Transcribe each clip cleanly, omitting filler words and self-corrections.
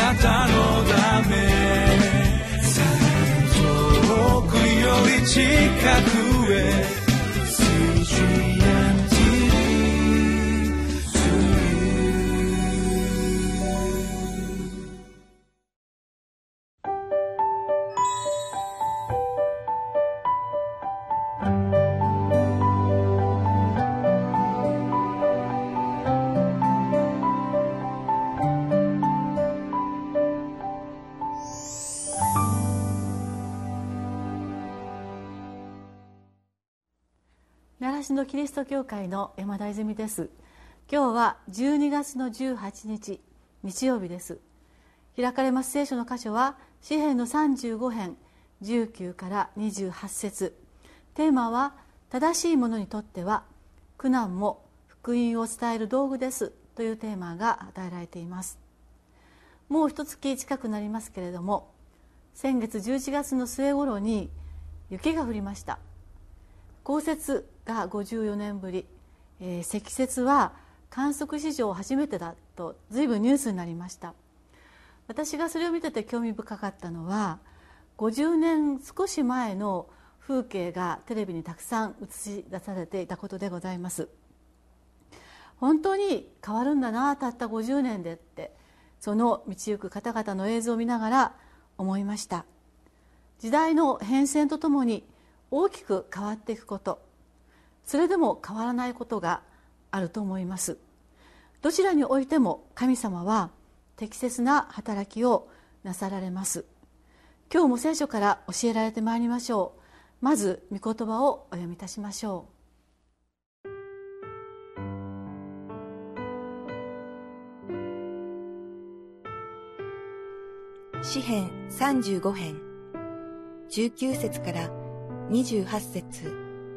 なたのため遠くより近くへ習志野キリスト教会の山田泉です。今日は12月の18日日曜日です。開かれます聖書の箇所は詩編の35編19から28節。テーマは正しい者にとっては苦難も福音を伝える道具ですというテーマが与えられています。もう一月近くなりますけれども、先月11月の末頃に雪が降りました。降雪が54年ぶり、積雪は観測史上初めてだと随分ニュースになりました。私がそれを見てて興味深かったのは、50年少し前の風景がテレビにたくさん映し出されていたことでございます。本当に変わるんだな、たった50年でって、その道行く方々の映像を見ながら思いました。時代の変遷とともに大きく変わっていくこと、それでも変わらないことがあると思います。どちらにおいても神様は適切な働きをなさられます。今日も聖書から教えられてまいりましょう。まず御言葉をお読みいたしましょう。詩編35編19節から28節。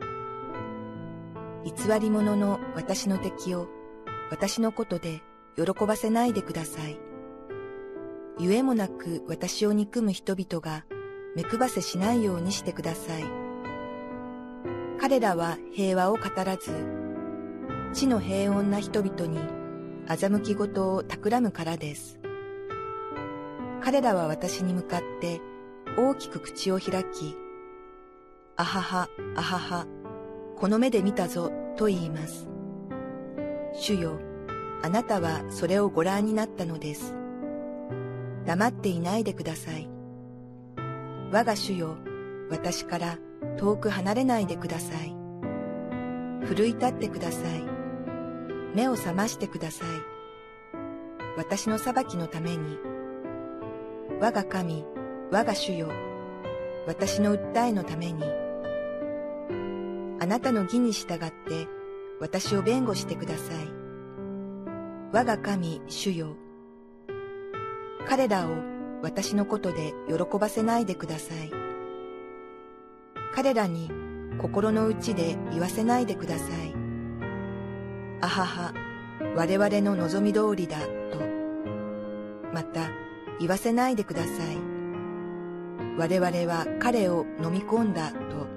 偽り者の私の敵を私のことで喜ばせないでください。ゆえもなく私を憎む人々が目くばせしないようにしてください。彼らは平和を語らず、地の平穏な人々に欺き事を企むからです。彼らは私に向かって大きく口を開き、あはは、あはは、この目で見たぞ、と言います。主よ、あなたはそれをご覧になったのです。黙っていないでください。我が主よ、私から遠く離れないでください。奮い立ってください。目を覚ましてください。私の裁きのために。我が神、我が主よ、私の訴えのために。あなたの義に従って私を弁護してください。我が神、主よ。彼らを私のことで喜ばせないでください。彼らに心の内で言わせないでください。あはは、我々の望み通りだと。また言わせないでください。我々は彼を飲み込んだと。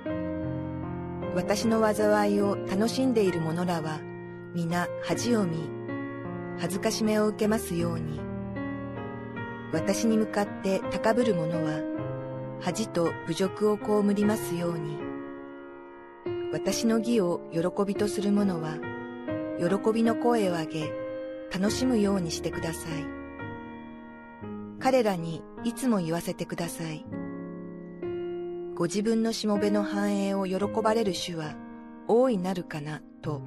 私の災いを楽しんでいる者らは皆恥を見、恥ずかしめを受けますように。私に向かって高ぶる者は恥と侮辱を被りますように。私の義を喜びとする者は喜びの声を上げ楽しむようにしてください。彼らにいつも言わせてください。ご自分のしもべの繁栄を喜ばれる主は大いなるかなと。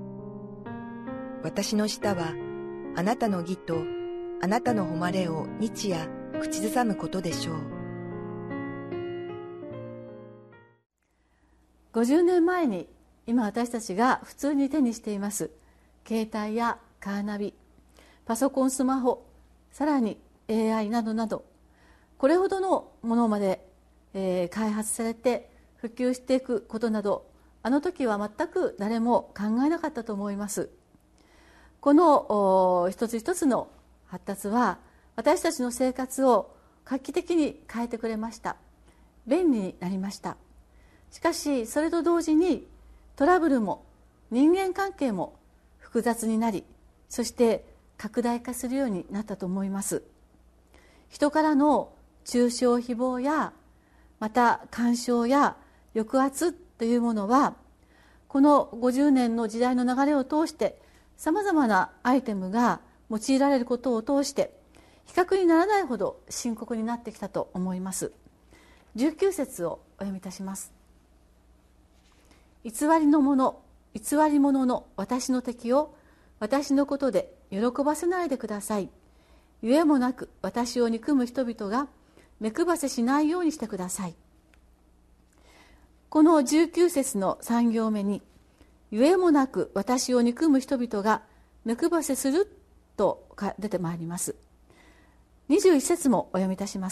私の舌はあなたの義とあなたの誉れを日夜口ずさむことでしょう。 50年前に今私たちが普通に手にしています携帯やカーナビ、パソコン、スマホ、さらに AI などなど、これほどのものまで開発されて普及していくことなど、あの時は全く誰も考えなかったと思います。この一つ一つの発達は私たちの生活を画期的に変えてくれました。便利になりました。しかしそれと同時にトラブルも人間関係も複雑になり、そして拡大化するようになったと思います。 人からの中傷誹謗やまた干渉や抑圧というものはこの50年の時代の流れを通してさまざまなアイテムが用いられることを通して比較にならないほど深刻になってきたと思います。19節をお読みいたします。偽り者の私の敵を私のことで喜ばせないでください。ゆえもなく私を憎む人々が目くばせしないようにしてください。この19節の3行目にゆえもなく私を憎む人々が目くばせすると出てまいります。21節もお読みいたします。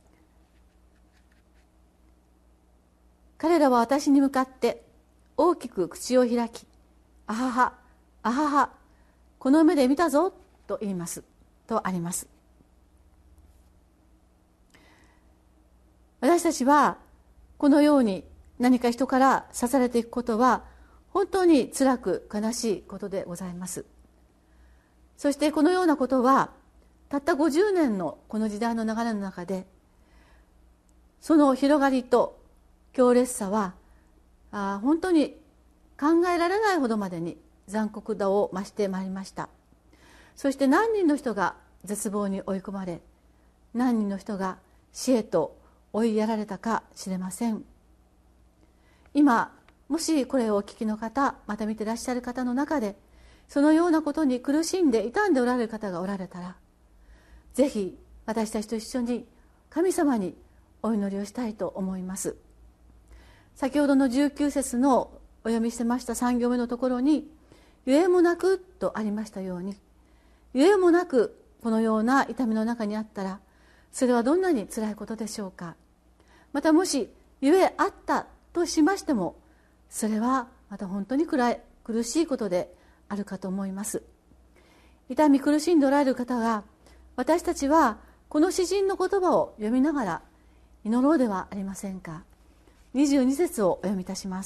彼らは私に向かって大きく口を開き、あはは、あはは、この目で見たぞと言いますとあります。私たちはこのように何か人から刺されていくことは本当に辛く悲しいことでございます。そしてこのようなことはたった50年のこの時代の流れの中でその広がりと強烈さは本当に考えられないほどまでに残酷度を増してまいりました。そして何人の人が絶望に追い込まれ、何人の人が死へと追いやられたか知れません。今もしこれをお聞きの方、また見てらっしゃる方の中でそのようなことに苦しんで痛んでおられる方がおられたら、ぜひ私たちと一緒に神様にお祈りをしたいと思います。先ほどの19節のお読みしてました3行目のところにゆえもなくとありましたように、ゆえもなくこのような痛みの中にあったらそれはどんなにつらいことでしょうか。またもしゆえあったとしましてもそれはまた本当に苦しいことであるかと思います。痛み苦しんでおられる方が、私たちはこの詩人の言葉を読みながら祈ろうではありませんか。22節をお読みいたします。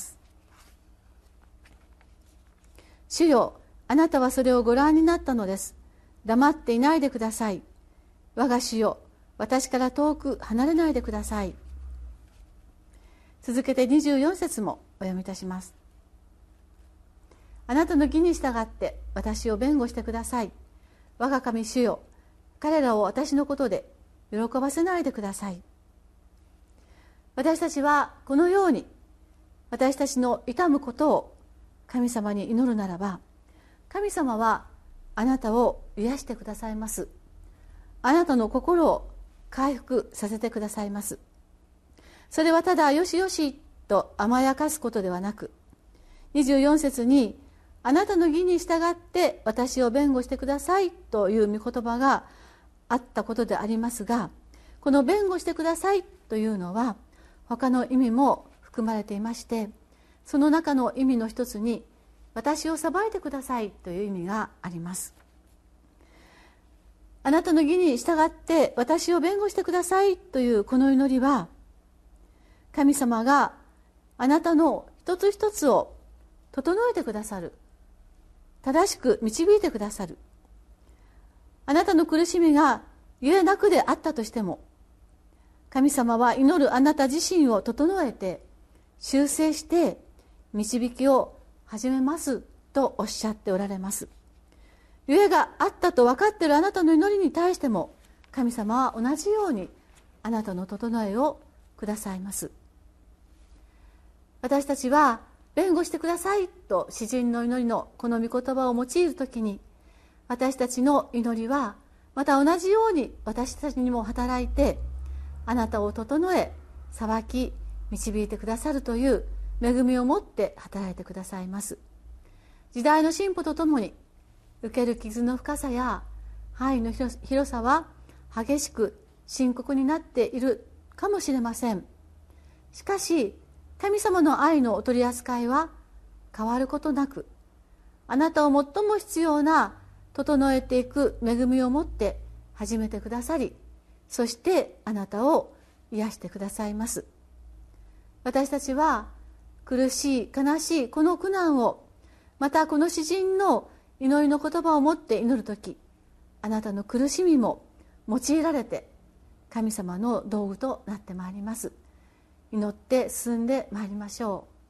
主よ、あなたはそれをご覧になったのです。黙っていないでください。我が主よ、私から遠く離れないでください。続けて24節もお読みいたします。あなたの義に従って私を弁護してください。我が神主よ、彼らを私のことで喜ばせないでください。私たちはこのように私たちの痛むことを神様に祈るならば、神様はあなたを癒してくださいます。あなたの心を回復させてくださいます。それはただよしよしと甘やかすことではなく、24節にあなたの義に従って私を弁護してくださいという御言葉があったことでありますが、この弁護してくださいというのは他の意味も含まれていまして、その中の意味の一つに私を裁いてくださいという意味があります。あなたの義に従って私を弁護してくださいというこの祈りは、神様があなたの一つ一つを整えてくださる、正しく導いてくださる。あなたの苦しみがゆえなくであったとしても、神様は祈るあなた自身を整えて修正して導きを始めますとおっしゃっておられます。ゆえがあったと分かっているあなたの祈りに対しても、神様は同じようにあなたの整えをくださいます。私たちは弁護してくださいと詩人の祈りのこの御言葉を用いるときに、私たちの祈りはまた同じように私たちにも働いて、あなたを整え裁き導いてくださるという恵みを持って働いてくださいます。時代の進歩とともに受ける傷の深さや範囲の広さは激しく深刻になっているかもしれません。しかし神様の愛のお取り扱いは変わることなく、あなたを最も必要な整えていく恵みを持って始めてくださり、そしてあなたを癒してくださいます。私たちは苦しい悲しいこの苦難を、またこの詩人の祈りの言葉を持って祈るとき、あなたの苦しみも用いられて神様の道具となってまいります。祈って進んでまいりましょう。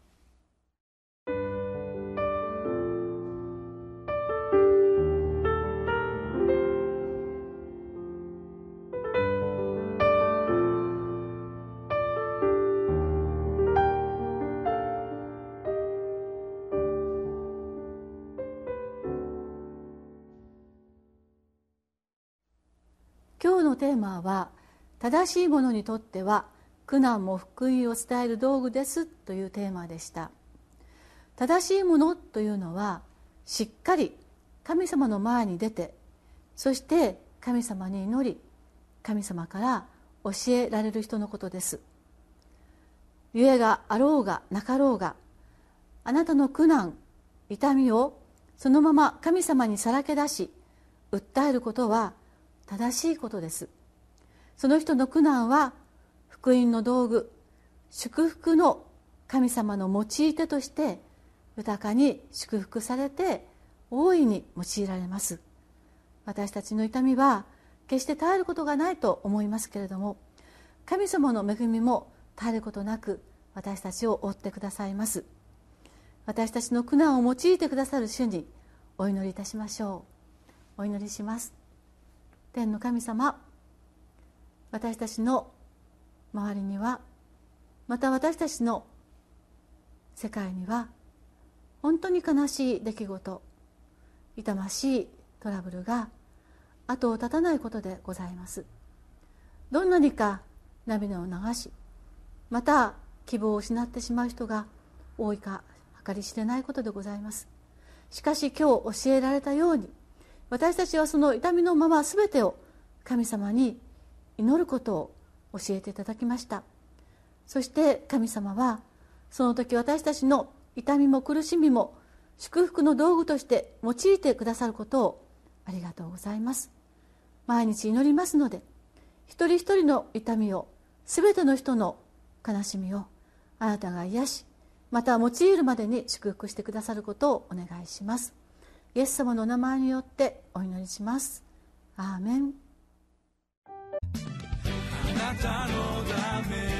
今日のテーマは、正しい者にとっては苦難も福音を伝える道具ですというテーマでした。正しい者というのは、しっかり神様の前に出て、そして神様に祈り、神様から教えられる人のことです。ゆえがあろうがなかろうが、あなたの苦難、痛みをそのまま神様にさらけ出し、訴えることは正しいことです。その人の苦難は福音の道具、祝福の神様の用い手として豊かに祝福されて大いに用いられます。私たちの痛みは決して絶えることがないと思いますけれども、神様の恵みも絶えることなく私たちを覆ってくださいます。私たちの苦難を用いてくださる主にお祈りいたしましょう。お祈りします。天の神様、私たちの周りには、また私たちの世界には本当に悲しい出来事、痛ましいトラブルが後を絶たないことでございます。どんなにか涙を流し、また希望を失ってしまう人が多いか計り知れないことでございます。しかし今日教えられたように、私たちはその痛みのまま全てを神様に祈ることを教えていただきました。そして神様はその時私たちの痛みも苦しみも祝福の道具として用いてくださることをありがとうございます。毎日祈りますので、一人一人の痛みを、すべての人の悲しみをあなたが癒し、また用いるまでに祝福してくださることをお願いします。イエス様のお名前によってお祈りします。アーメン。 あなたのため